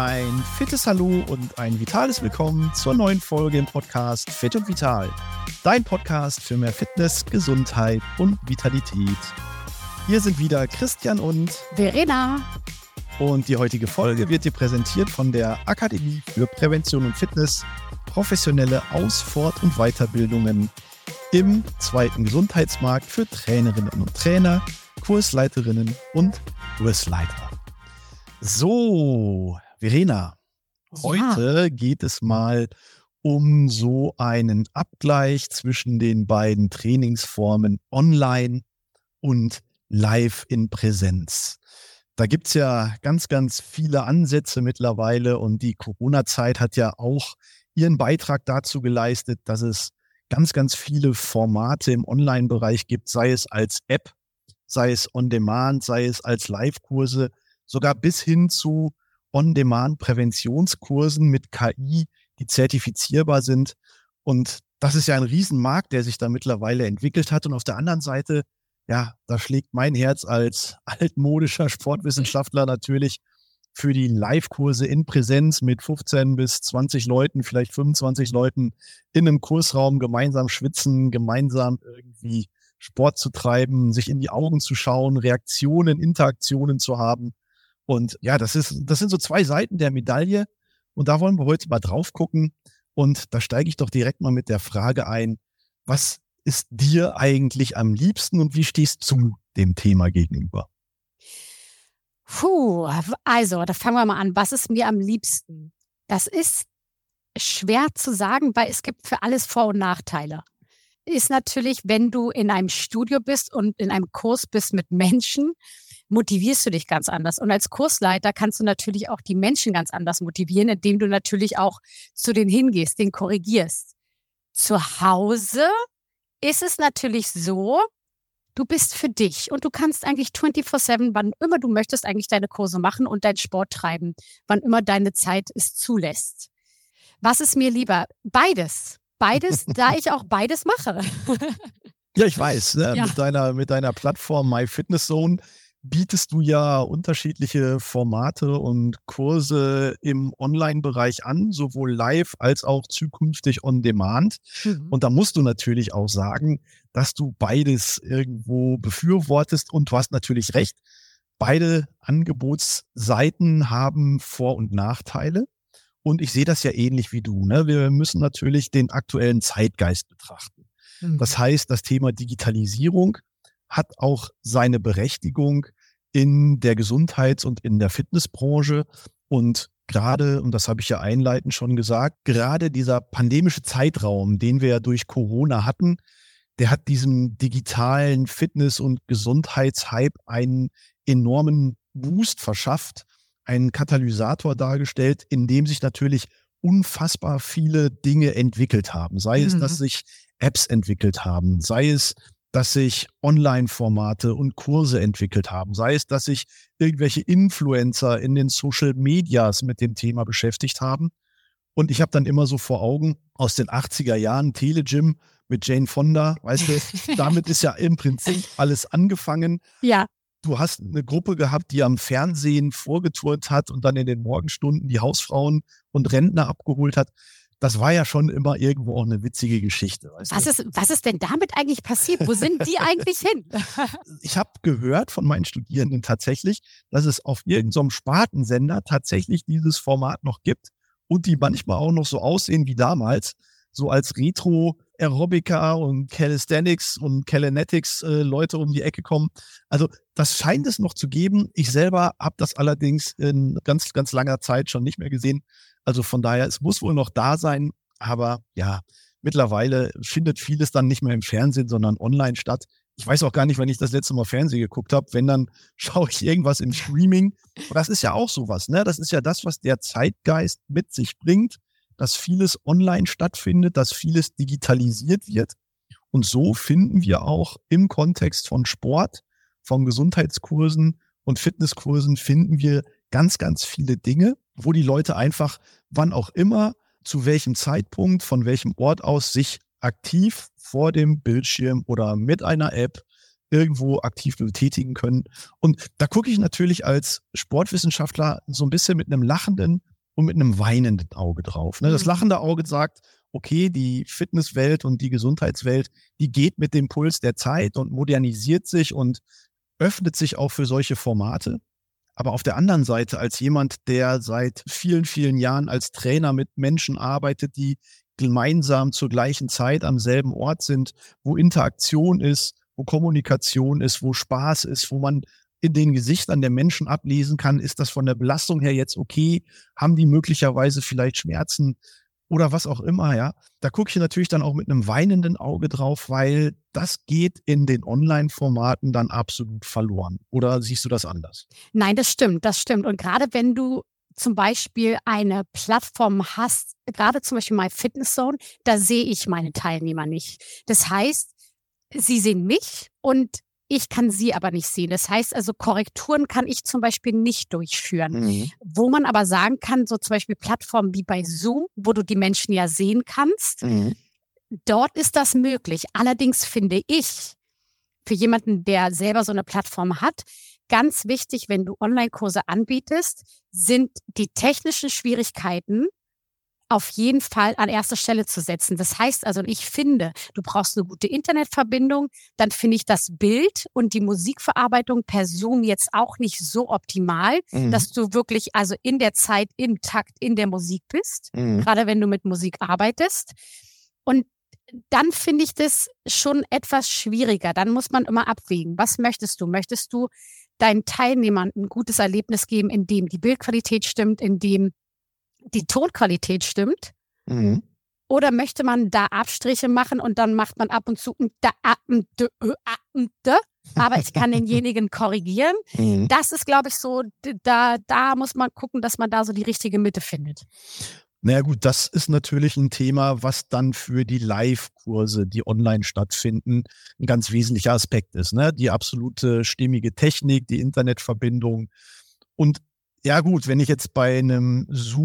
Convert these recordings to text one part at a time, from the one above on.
Ein fittes Hallo und ein vitales Willkommen zur neuen Folge im Podcast Fit und Vital. Dein Podcast für mehr Fitness, Gesundheit und Vitalität. Hier sind wieder Christian und Verena. Und die heutige Folge wird dir präsentiert von der Akademie für Prävention und Fitness, professionelle Aus-, Fort- und Weiterbildungen im zweiten Gesundheitsmarkt für Trainerinnen und Trainer, Kursleiterinnen und Kursleiter. So, Verena, heute geht es mal um so einen Abgleich zwischen den beiden Trainingsformen online und live in Präsenz. Da gibt es ja ganz, ganz viele Ansätze mittlerweile und die Corona-Zeit hat ja auch ihren Beitrag dazu geleistet, dass es ganz, ganz viele Formate im Online-Bereich gibt, sei es als App, sei es on-demand, sei es als Live-Kurse, sogar bis hin zu On-Demand-Präventionskursen mit KI, die zertifizierbar sind. Und das ist ja ein Riesenmarkt, der sich da mittlerweile entwickelt hat. Und auf der anderen Seite, ja, da schlägt mein Herz als altmodischer Sportwissenschaftler natürlich für die Live-Kurse in Präsenz mit 15 bis 20 Leuten, vielleicht 25 Leuten in einem Kursraum gemeinsam schwitzen, gemeinsam irgendwie Sport zu treiben, sich in die Augen zu schauen, Reaktionen, Interaktionen zu haben. Und ja, das sind so zwei Seiten der Medaille. Und da wollen wir heute mal drauf gucken. Und da steige ich doch direkt mal mit der Frage ein, was ist dir eigentlich am liebsten und wie stehst du dem Thema gegenüber? Also, da fangen wir mal an. Was ist mir am liebsten? Das ist schwer zu sagen, weil es gibt für alles Vor- und Nachteile. Ist natürlich, wenn du in einem Studio bist und in einem Kurs bist mit Menschen, motivierst du dich ganz anders. Und als Kursleiter kannst du natürlich auch die Menschen ganz anders motivieren, indem du natürlich auch zu denen hingehst, den korrigierst. Zu Hause ist es natürlich so, du bist für dich und du kannst eigentlich 24/7, wann immer du möchtest, eigentlich deine Kurse machen und deinen Sport treiben, wann immer deine Zeit es zulässt. Was ist mir lieber? Beides. Beides, da ich auch beides mache. Ja, ich weiß, ne? Ja. Mit deiner Plattform MyFitnessZone bietest du ja unterschiedliche Formate und Kurse im Online-Bereich an, sowohl live als auch zukünftig on demand. Mhm. Und da musst du natürlich auch sagen, dass du beides irgendwo befürwortest. Und du hast natürlich recht, beide Angebotsseiten haben Vor- und Nachteile. Und ich sehe das ja ähnlich wie du, ne? Wir müssen natürlich den aktuellen Zeitgeist betrachten. Das heißt, das Thema Digitalisierung hat auch seine Berechtigung in der Gesundheits- und in der Fitnessbranche. Und gerade, und das habe ich ja einleitend schon gesagt, gerade dieser pandemische Zeitraum, den wir ja durch Corona hatten, der hat diesem digitalen Fitness- und Gesundheitshype einen enormen Boost verschafft, einen Katalysator dargestellt, in dem sich natürlich unfassbar viele Dinge entwickelt haben. Sei es, dass sich Apps entwickelt haben, sei es, dass sich Online-Formate und Kurse entwickelt haben, sei es, dass sich irgendwelche Influencer in den Social Medias mit dem Thema beschäftigt haben. Und ich habe dann immer so vor Augen aus den 80er Jahren Telegym mit Jane Fonda, weißt du, damit ist ja im Prinzip alles angefangen. Ja. Du hast eine Gruppe gehabt, die am Fernsehen vorgetourt hat und dann in den Morgenstunden die Hausfrauen und Rentner abgeholt hat. Das war ja schon immer irgendwo auch eine witzige Geschichte. Weißt du? Was ist denn damit eigentlich passiert? Wo sind die eigentlich hin? Ich habe gehört von meinen Studierenden tatsächlich, dass es auf irgendeinem Spartensender tatsächlich dieses Format noch gibt und die manchmal auch noch so aussehen wie damals, so als Retro-Aerobica und Calisthenics und Kalinetics Leute um die Ecke kommen. Also das scheint es noch zu geben. Ich selber habe das allerdings in ganz, ganz langer Zeit schon nicht mehr gesehen. Also von daher, es muss wohl noch da sein, aber ja, mittlerweile findet vieles dann nicht mehr im Fernsehen, sondern online statt. Ich weiß auch gar nicht, wann ich das letzte Mal Fernsehen geguckt habe. Wenn, dann schaue ich irgendwas im Streaming. Und das ist ja auch sowas, ne? Das ist ja das, was der Zeitgeist mit sich bringt, dass vieles online stattfindet, dass vieles digitalisiert wird. Und so finden wir auch im Kontext von Sport, von Gesundheitskursen und Fitnesskursen finden wir ganz, ganz viele Dinge, wo die Leute einfach, wann auch immer, zu welchem Zeitpunkt, von welchem Ort aus sich aktiv vor dem Bildschirm oder mit einer App irgendwo aktiv betätigen können. Und da gucke ich natürlich als Sportwissenschaftler so ein bisschen mit einem lachenden und mit einem weinenden Auge drauf. Ne? Das lachende Auge sagt, okay, die Fitnesswelt und die Gesundheitswelt, die geht mit dem Puls der Zeit und modernisiert sich und öffnet sich auch für solche Formate. Aber auf der anderen Seite, als jemand, der seit vielen, vielen Jahren als Trainer mit Menschen arbeitet, die gemeinsam zur gleichen Zeit am selben Ort sind, wo Interaktion ist, wo Kommunikation ist, wo Spaß ist, wo man in den Gesichtern der Menschen ablesen kann, ist das von der Belastung her jetzt okay? Haben die möglicherweise vielleicht Schmerzen oder was auch immer, ja? Da gucke ich natürlich dann auch mit einem weinenden Auge drauf, weil das geht in den Online-Formaten dann absolut verloren. Oder siehst du das anders? Nein, das stimmt, das stimmt. Und gerade wenn du zum Beispiel eine Plattform hast, gerade zum Beispiel MyFitnessZone, da sehe ich meine Teilnehmer nicht. Das heißt, sie sehen mich und ich kann sie aber nicht sehen. Das heißt also, Korrekturen kann ich zum Beispiel nicht durchführen. Wo man aber sagen kann, so zum Beispiel Plattformen wie bei Zoom, wo du die Menschen ja sehen kannst, dort ist das möglich. Allerdings finde ich, für jemanden, der selber so eine Plattform hat, ganz wichtig, wenn du Online-Kurse anbietest, sind die technischen Schwierigkeiten auf jeden Fall an erster Stelle zu setzen. Das heißt also, ich finde, du brauchst eine gute Internetverbindung, dann finde ich das Bild und die Musikverarbeitung per Zoom jetzt auch nicht so optimal, dass du wirklich also in der Zeit, im Takt, in der Musik bist, gerade wenn du mit Musik arbeitest. Und dann finde ich das schon etwas schwieriger. Dann muss man immer abwägen. Was möchtest du? Möchtest du deinen Teilnehmern ein gutes Erlebnis geben, in dem die Bildqualität stimmt, in dem die Tonqualität stimmt? Oder möchte man da Abstriche machen und dann macht man ab und zu aber ich kann denjenigen korrigieren. Das ist, glaube ich, so, da muss man gucken, dass man da so die richtige Mitte findet. Naja gut, das ist natürlich ein Thema, was dann für die Live-Kurse, die online stattfinden, ein ganz wesentlicher Aspekt ist. Ne? Die absolute stimmige Technik, die Internetverbindung. Und ja gut, wenn ich jetzt bei einem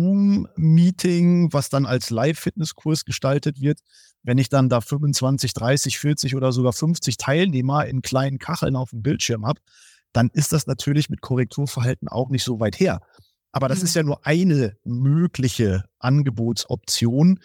Zoom-Meeting, was dann als Live-Fitnesskurs gestaltet wird, wenn ich dann da 25, 30, 40 oder sogar 50 Teilnehmer in kleinen Kacheln auf dem Bildschirm habe, dann ist das natürlich mit Korrekturverhalten auch nicht so weit her. Aber das ist ja nur eine mögliche Angebotsoption,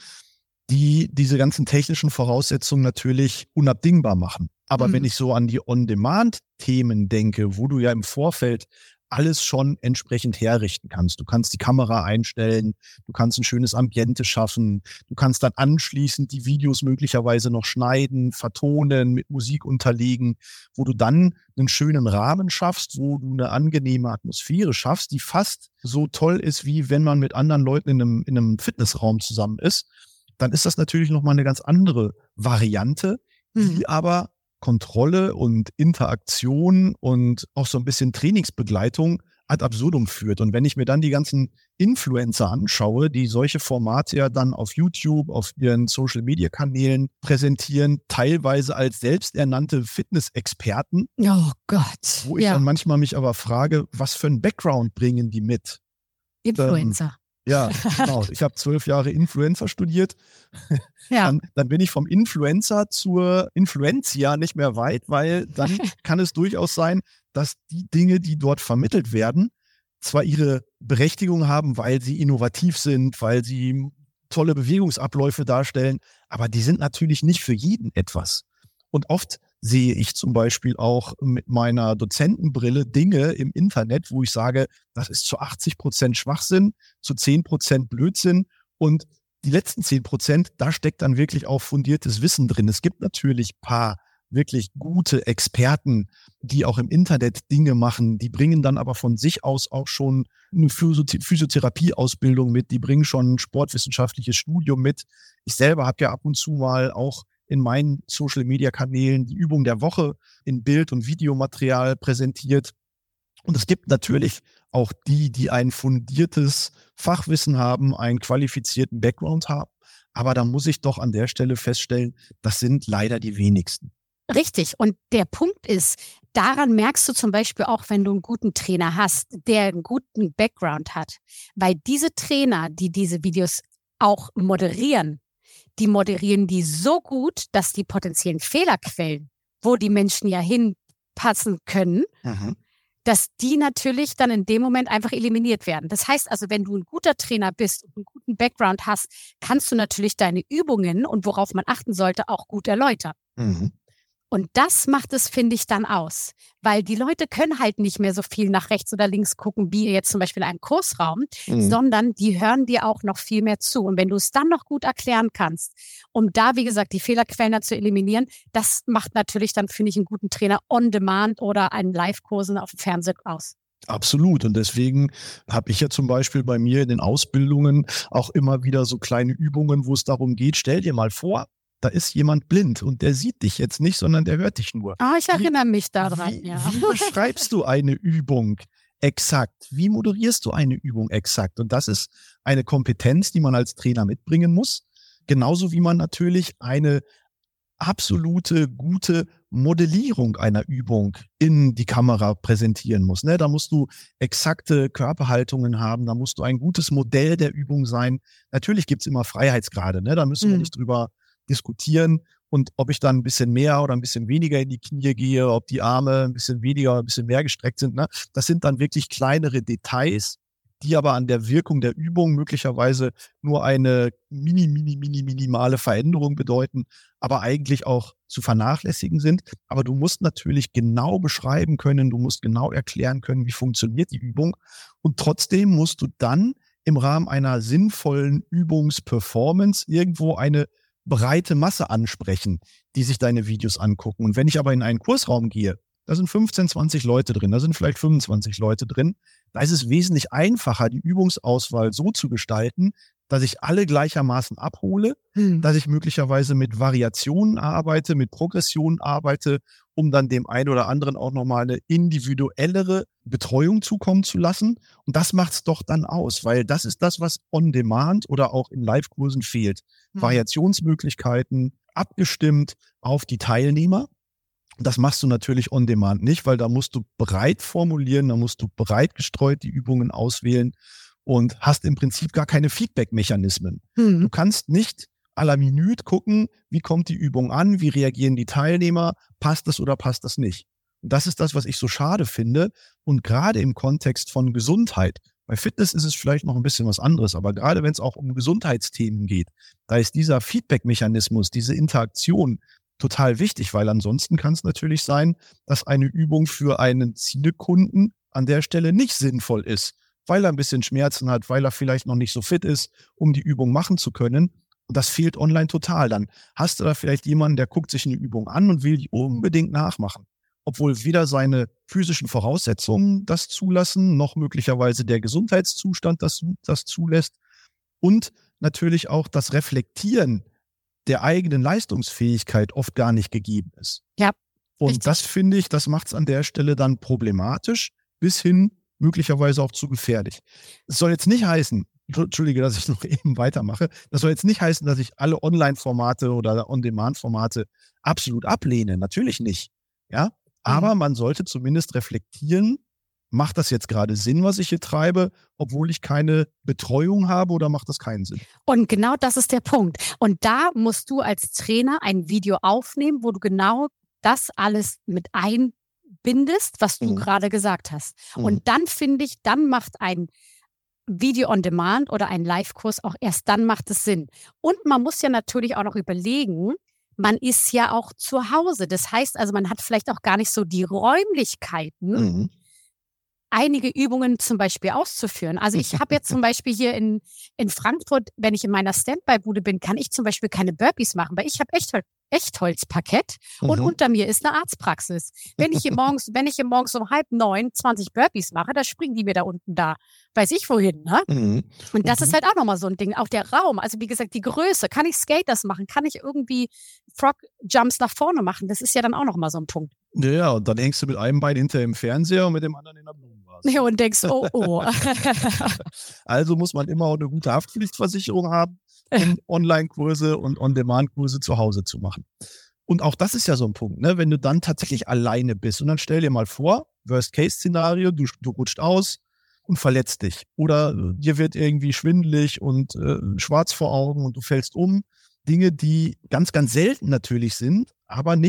die diese ganzen technischen Voraussetzungen natürlich unabdingbar machen. Aber wenn ich so an die On-Demand-Themen denke, wo du ja im Vorfeld alles schon entsprechend herrichten kannst. Du kannst die Kamera einstellen, du kannst ein schönes Ambiente schaffen, du kannst dann anschließend die Videos möglicherweise noch schneiden, vertonen, mit Musik unterlegen, wo du dann einen schönen Rahmen schaffst, wo du eine angenehme Atmosphäre schaffst, die fast so toll ist, wie wenn man mit anderen Leuten in einem Fitnessraum zusammen ist. Dann ist das natürlich nochmal eine ganz andere Variante, die aber Kontrolle und Interaktion und auch so ein bisschen Trainingsbegleitung ad absurdum führt. Und wenn ich mir dann die ganzen Influencer anschaue, die solche Formate ja dann auf YouTube, auf ihren Social-Media-Kanälen präsentieren, teilweise als selbsternannte Fitnessexperten. Oh Gott. Wo ich dann manchmal mich aber frage, was für einen Background bringen die mit? Influencer. Ja, genau. Ich habe 12 Jahre Influencer studiert. Ja. Dann bin ich vom Influencer zur Influentia nicht mehr weit, weil dann kann es durchaus sein, dass die Dinge, die dort vermittelt werden, zwar ihre Berechtigung haben, weil sie innovativ sind, weil sie tolle Bewegungsabläufe darstellen, aber die sind natürlich nicht für jeden etwas. Und oft sehe ich zum Beispiel auch mit meiner Dozentenbrille Dinge im Internet, wo ich sage, das ist zu 80% Schwachsinn, zu 10% Blödsinn und die letzten 10%, da steckt dann wirklich auch fundiertes Wissen drin. Es gibt natürlich ein paar wirklich gute Experten, die auch im Internet Dinge machen, die bringen dann aber von sich aus auch schon eine Physiotherapieausbildung mit, die bringen schon ein sportwissenschaftliches Studium mit. Ich selber habe ja ab und zu mal auch in meinen Social-Media-Kanälen die Übung der Woche in Bild- und Videomaterial präsentiert. Und es gibt natürlich auch die ein fundiertes Fachwissen haben, einen qualifizierten Background haben. Aber da muss ich doch an der Stelle feststellen, das sind leider die wenigsten. Richtig. Und der Punkt ist, daran merkst du zum Beispiel auch, wenn du einen guten Trainer hast, der einen guten Background hat. Weil diese Trainer, die diese Videos auch moderieren, die moderieren die so gut, dass die potenziellen Fehlerquellen, wo die Menschen ja hinpassen können, dass die natürlich dann in dem Moment einfach eliminiert werden. Das heißt also, wenn du ein guter Trainer bist und einen guten Background hast, kannst du natürlich deine Übungen und worauf man achten sollte, auch gut erläutern. Mhm. Und das macht es, finde ich, dann aus. Weil die Leute können halt nicht mehr so viel nach rechts oder links gucken, wie jetzt zum Beispiel in einem Kursraum, sondern die hören dir auch noch viel mehr zu. Und wenn du es dann noch gut erklären kannst, um da, wie gesagt, die Fehlerquellen zu eliminieren, das macht natürlich dann, finde ich, einen guten Trainer on demand oder einen Live-Kursen auf dem Fernseher aus. Absolut. Und deswegen habe ich ja zum Beispiel bei mir in den Ausbildungen auch immer wieder so kleine Übungen, wo es darum geht, stell dir mal vor, da ist jemand blind und der sieht dich jetzt nicht, sondern der hört dich nur. Ich erinnere mich daran, ja. Wie beschreibst du eine Übung exakt? Wie moderierst du eine Übung exakt? Und das ist eine Kompetenz, die man als Trainer mitbringen muss. Genauso wie man natürlich eine absolute gute Modellierung einer Übung in die Kamera präsentieren muss. Da musst du exakte Körperhaltungen haben, da musst du ein gutes Modell der Übung sein. Natürlich gibt's immer Freiheitsgrade, da müssen wir nicht drüber diskutieren. Und ob ich dann ein bisschen mehr oder ein bisschen weniger in die Knie gehe, ob die Arme ein bisschen weniger oder ein bisschen mehr gestreckt sind, das sind dann wirklich kleinere Details, die aber an der Wirkung der Übung möglicherweise nur eine minimale Veränderung bedeuten, aber eigentlich auch zu vernachlässigen sind. Aber du musst natürlich genau beschreiben können, du musst genau erklären können, wie funktioniert die Übung. Und trotzdem musst du dann im Rahmen einer sinnvollen Übungsperformance irgendwo eine breite Masse ansprechen, die sich deine Videos angucken. Und wenn ich aber in einen Kursraum gehe, da sind 15, 20 Leute drin, da sind vielleicht 25 Leute drin, da ist es wesentlich einfacher, die Übungsauswahl so zu gestalten, dass ich alle gleichermaßen abhole, dass ich möglicherweise mit Variationen arbeite, mit Progressionen arbeite, um dann dem einen oder anderen auch nochmal eine individuellere Betreuung zukommen zu lassen. Und das macht's doch dann aus, weil das ist das, was on demand oder auch in Live-Kursen fehlt. Variationsmöglichkeiten, abgestimmt auf die Teilnehmer. Das machst du natürlich on demand nicht, weil da musst du breit formulieren, da musst du breit gestreut die Übungen auswählen und hast im Prinzip gar keine Feedback-Mechanismen. Du kannst nicht à la Minute gucken, wie kommt die Übung an, wie reagieren die Teilnehmer, passt das oder passt das nicht. Und das ist das, was ich so schade finde. Und gerade im Kontext von Gesundheit, bei Fitness ist es vielleicht noch ein bisschen was anderes, aber gerade wenn es auch um Gesundheitsthemen geht, da ist dieser Feedback-Mechanismus, diese Interaktion total wichtig, weil ansonsten kann es natürlich sein, dass eine Übung für einen Zielkunden an der Stelle nicht sinnvoll ist, weil er ein bisschen Schmerzen hat, weil er vielleicht noch nicht so fit ist, um die Übung machen zu können. Und das fehlt online total. Dann hast du da vielleicht jemanden, der guckt sich eine Übung an und will die unbedingt nachmachen, obwohl weder seine physischen Voraussetzungen das zulassen, noch möglicherweise der Gesundheitszustand das zulässt und natürlich auch das Reflektieren der eigenen Leistungsfähigkeit oft gar nicht gegeben ist. Ja. Und richtig. das finde ich, das macht es an der Stelle dann problematisch bis hin möglicherweise auch zu gefährlich. Es soll jetzt nicht heißen, Entschuldige, dass ich noch eben weitermache, das soll jetzt nicht heißen, dass ich alle Online-Formate oder On-Demand-Formate absolut ablehne. Natürlich nicht. Ja, aber man sollte zumindest reflektieren, macht das jetzt gerade Sinn, was ich hier treibe, obwohl ich keine Betreuung habe, oder macht das keinen Sinn? Und genau das ist der Punkt. Und da musst du als Trainer ein Video aufnehmen, wo du genau das alles mit einbindest, was du gerade gesagt hast. Und dann finde ich, dann macht ein Video on Demand oder ein Live-Kurs auch erst dann macht es Sinn. Und man muss ja natürlich auch noch überlegen, man ist ja auch zu Hause. Das heißt also, man hat vielleicht auch gar nicht so die Räumlichkeiten, einige Übungen zum Beispiel auszuführen. Also ich habe jetzt zum Beispiel hier in Frankfurt, wenn ich in meiner Standby-Bude bin, kann ich zum Beispiel keine Burpees machen, weil ich habe Echtholzparkett und unter mir ist eine Arztpraxis. Wenn ich hier morgens um 8:30 20 Burpees mache, da springen die mir da unten da, weiß ich wohin, ne? Und das ist halt auch nochmal so ein Ding. Auch der Raum, also wie gesagt, die Größe. Kann ich Skaters machen? Kann ich irgendwie Frog-Jumps nach vorne machen? Das ist ja dann auch nochmal so ein Punkt. Ja, und dann hängst du mit einem Bein hinter dem Fernseher und mit dem anderen in der Blumenvase. Ja, und denkst, oh. Also muss man immer auch eine gute Haftpflichtversicherung haben, um Online-Kurse und On-Demand-Kurse zu Hause zu machen. Und auch das ist ja so ein Punkt, ne? Wenn du dann tatsächlich alleine bist und dann stell dir mal vor, Worst-Case-Szenario, du rutscht aus und verletzt dich. Oder dir wird irgendwie schwindelig und schwarz vor Augen und du fällst um. Dinge, die ganz, ganz selten natürlich sind, aber nicht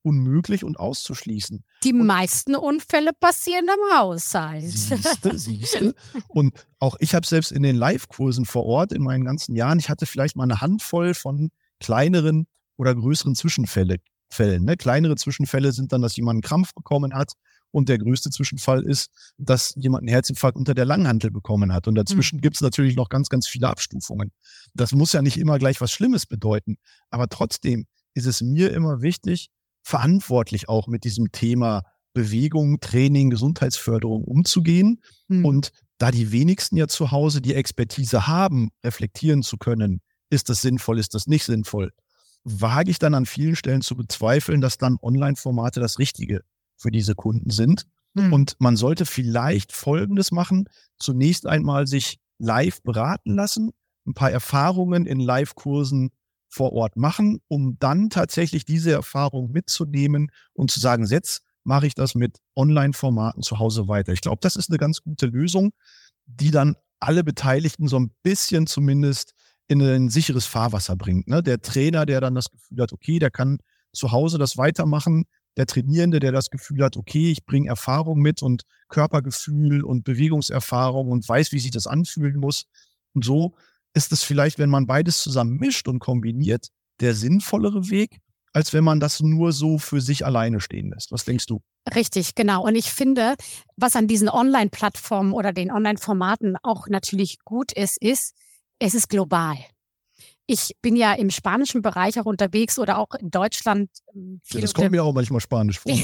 unmöglich und auszuschließen. Die meisten Unfälle passieren im Haushalt. Siehste. Und auch ich habe selbst in den Live-Kursen vor Ort in meinen ganzen Jahren, ich hatte vielleicht mal eine Handvoll von kleineren oder größeren Zwischenfällen. Ne? Kleinere Zwischenfälle sind dann, dass jemand einen Krampf bekommen hat, und der größte Zwischenfall ist, dass jemand einen Herzinfarkt unter der Langhantel bekommen hat. Und dazwischen gibt es natürlich noch ganz, ganz viele Abstufungen. Das muss ja nicht immer gleich was Schlimmes bedeuten. Aber trotzdem ist es mir immer wichtig, verantwortlich auch mit diesem Thema Bewegung, Training, Gesundheitsförderung umzugehen. Und da die wenigsten ja zu Hause die Expertise haben, reflektieren zu können, ist das sinnvoll, ist das nicht sinnvoll, wage ich dann an vielen Stellen zu bezweifeln, dass dann Online-Formate das Richtige für diese Kunden sind. Und man sollte vielleicht Folgendes machen: Zunächst einmal sich live beraten lassen, ein paar Erfahrungen in Live-Kursen vor Ort machen, um dann tatsächlich diese Erfahrung mitzunehmen und zu sagen, jetzt mache ich das mit Online-Formaten zu Hause weiter. Ich glaube, das ist eine ganz gute Lösung, die dann alle Beteiligten so ein bisschen zumindest in ein sicheres Fahrwasser bringt. Ne? Der Trainer, der dann das Gefühl hat, okay, der kann zu Hause das weitermachen. Der Trainierende, der das Gefühl hat, okay, ich bringe Erfahrung mit und Körpergefühl und Bewegungserfahrung und weiß, wie sich das anfühlen muss. Und so ist es vielleicht, wenn man beides zusammen mischt und kombiniert, der sinnvollere Weg, als wenn man das nur so für sich alleine stehen lässt. Was denkst du? Richtig, genau. Und ich finde, was an diesen Online-Plattformen oder den Online-Formaten auch natürlich gut ist, es ist global. Ich bin ja im spanischen Bereich auch unterwegs oder auch in Deutschland. Ja, das kommt mir auch manchmal Spanisch vor.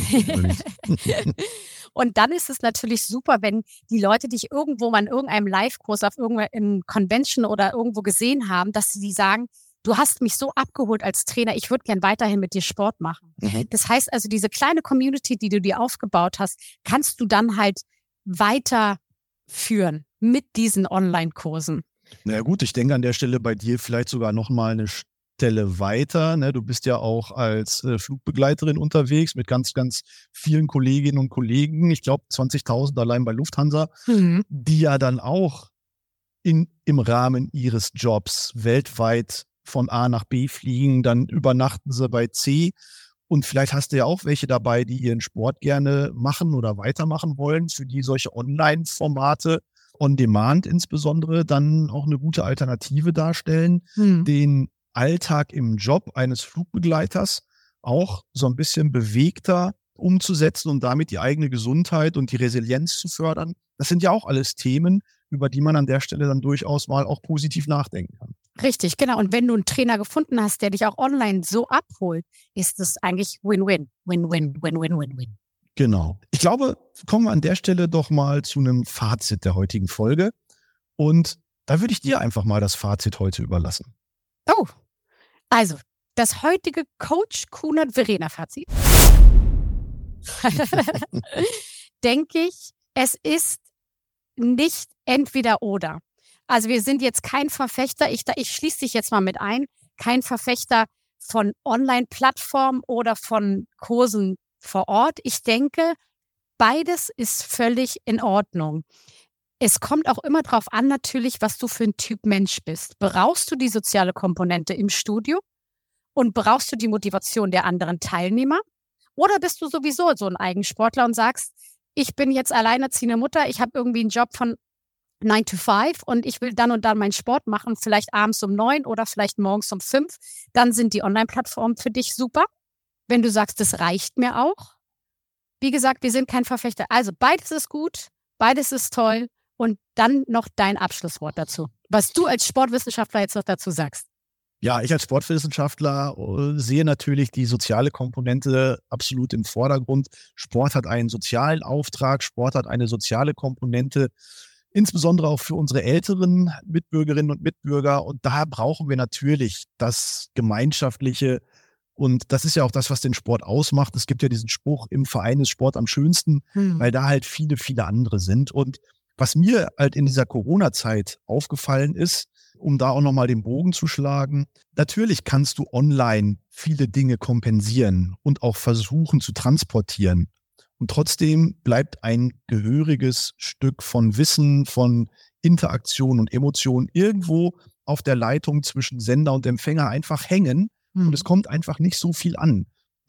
Und dann ist es natürlich super, wenn die Leute dich irgendwo mal in irgendeinem Live-Kurs auf irgendeinem Convention oder irgendwo gesehen haben, dass sie sagen, du hast mich so abgeholt als Trainer, ich würde gern weiterhin mit dir Sport machen. Das heißt also, diese kleine Community, die du dir aufgebaut hast, kannst du dann halt weiterführen mit diesen Online-Kursen. Na gut, ich denke an der Stelle bei dir vielleicht sogar noch mal eine Stelle weiter. Ne? Du bist ja auch als Flugbegleiterin unterwegs mit ganz, ganz vielen Kolleginnen und Kollegen. Ich glaube 20.000 allein bei Lufthansa, die ja dann auch im Rahmen ihres Jobs weltweit von A nach B fliegen. Dann übernachten sie bei C. Und vielleicht hast du ja auch welche dabei, die ihren Sport gerne machen oder weitermachen wollen, für die solche Online-Formate on Demand insbesondere dann auch eine gute Alternative darstellen, den Alltag im Job eines Flugbegleiters auch so ein bisschen bewegter umzusetzen und damit die eigene Gesundheit und die Resilienz zu fördern. Das sind ja auch alles Themen, über die man an der Stelle dann durchaus mal auch positiv nachdenken kann. Richtig, genau. Und wenn du einen Trainer gefunden hast, der dich auch online so abholt, ist es eigentlich Win-Win. Win-Win, Win-Win, Win-Win. Genau. Ich glaube, kommen wir an der Stelle doch mal zu einem Fazit der heutigen Folge. Und da würde ich dir einfach mal das Fazit heute überlassen. Oh, also das heutige Coach Kunert Verena Fazit. Denke ich, es ist nicht entweder oder. Also wir sind jetzt kein Verfechter, ich schließe dich jetzt mal mit ein, kein Verfechter von Online-Plattformen oder von Kursen vor Ort. Ich denke, beides ist völlig in Ordnung. Es kommt auch immer darauf an, natürlich, was du für ein Typ Mensch bist. Brauchst du die soziale Komponente im Studio und brauchst du die Motivation der anderen Teilnehmer? Oder bist du sowieso so ein Eigensportler und sagst, ich bin jetzt alleinerziehende Mutter, ich habe irgendwie einen Job von 9 to 5 und ich will dann und dann meinen Sport machen, vielleicht abends um 9 oder vielleicht morgens um 5. Dann sind die Online-Plattformen für dich super. Wenn du sagst, das reicht mir auch. Wie gesagt, wir sind kein Verfechter. Also beides ist gut, beides ist toll. Und dann noch dein Abschlusswort dazu, was du als Sportwissenschaftler jetzt noch dazu sagst. Ja, ich als Sportwissenschaftler sehe natürlich die soziale Komponente absolut im Vordergrund. Sport hat einen sozialen Auftrag, Sport hat eine soziale Komponente, insbesondere auch für unsere älteren Mitbürgerinnen und Mitbürger. Und da brauchen wir natürlich das Gemeinschaftliche. Und das ist ja auch das, was den Sport ausmacht. Es gibt ja diesen Spruch, im Verein ist Sport am schönsten, weil da halt viele, viele andere sind. Und was mir halt in dieser Corona-Zeit aufgefallen ist, um da auch nochmal den Bogen zu schlagen, natürlich kannst du online viele Dinge kompensieren und auch versuchen zu transportieren. Und trotzdem bleibt ein gehöriges Stück von Wissen, von Interaktion und Emotion irgendwo auf der Leitung zwischen Sender und Empfänger einfach hängen. Und es kommt einfach nicht so viel an.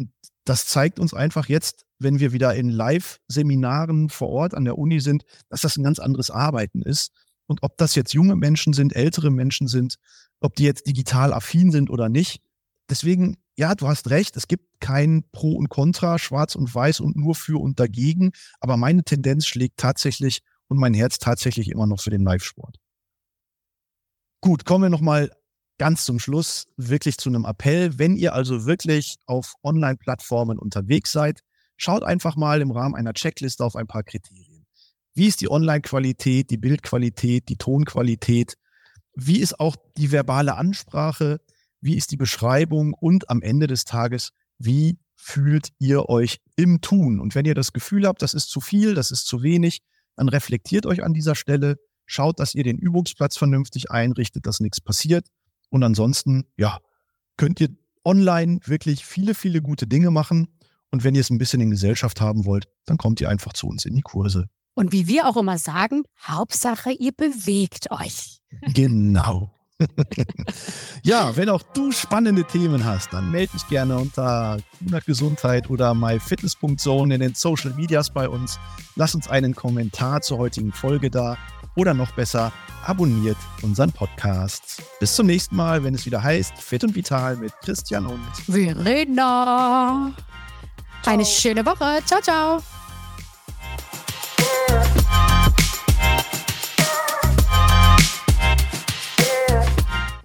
Das zeigt uns einfach jetzt, wenn wir wieder in Live-Seminaren vor Ort an der Uni sind, dass das ein ganz anderes Arbeiten ist. Und ob das jetzt junge Menschen sind, ältere Menschen sind, ob die jetzt digital affin sind oder nicht. Deswegen, ja, du hast recht, es gibt kein Pro und Contra, schwarz und weiß und nur für und dagegen. Aber meine Tendenz schlägt tatsächlich und mein Herz tatsächlich immer noch für den Live-Sport. Gut, kommen wir nochmal ganz zum Schluss wirklich zu einem Appell. Wenn ihr also wirklich auf Online-Plattformen unterwegs seid, schaut einfach mal im Rahmen einer Checkliste auf ein paar Kriterien. Wie ist die Online-Qualität, die Bildqualität, die Tonqualität? Wie ist auch die verbale Ansprache? Wie ist die Beschreibung? Und am Ende des Tages, wie fühlt ihr euch im Tun? Und wenn ihr das Gefühl habt, das ist zu viel, das ist zu wenig, dann reflektiert euch an dieser Stelle, schaut, dass ihr den Übungsplatz vernünftig einrichtet, dass nichts passiert. Und ansonsten, ja, könnt ihr online wirklich viele, viele gute Dinge machen. Und wenn ihr es ein bisschen in Gesellschaft haben wollt, dann kommt ihr einfach zu uns in die Kurse. Und wie wir auch immer sagen, Hauptsache, ihr bewegt euch. Genau. Ja, wenn auch du spannende Themen hast, dann melde dich gerne unter Kunert Gesundheit oder myfitness.zone in den Social Medias bei uns. Lass uns einen Kommentar zur heutigen Folge da oder noch besser, abonniert unseren Podcast. Bis zum nächsten Mal, wenn es wieder heißt Fit und Vital mit Christian und Verena. Eine schöne Woche. Ciao, ciao.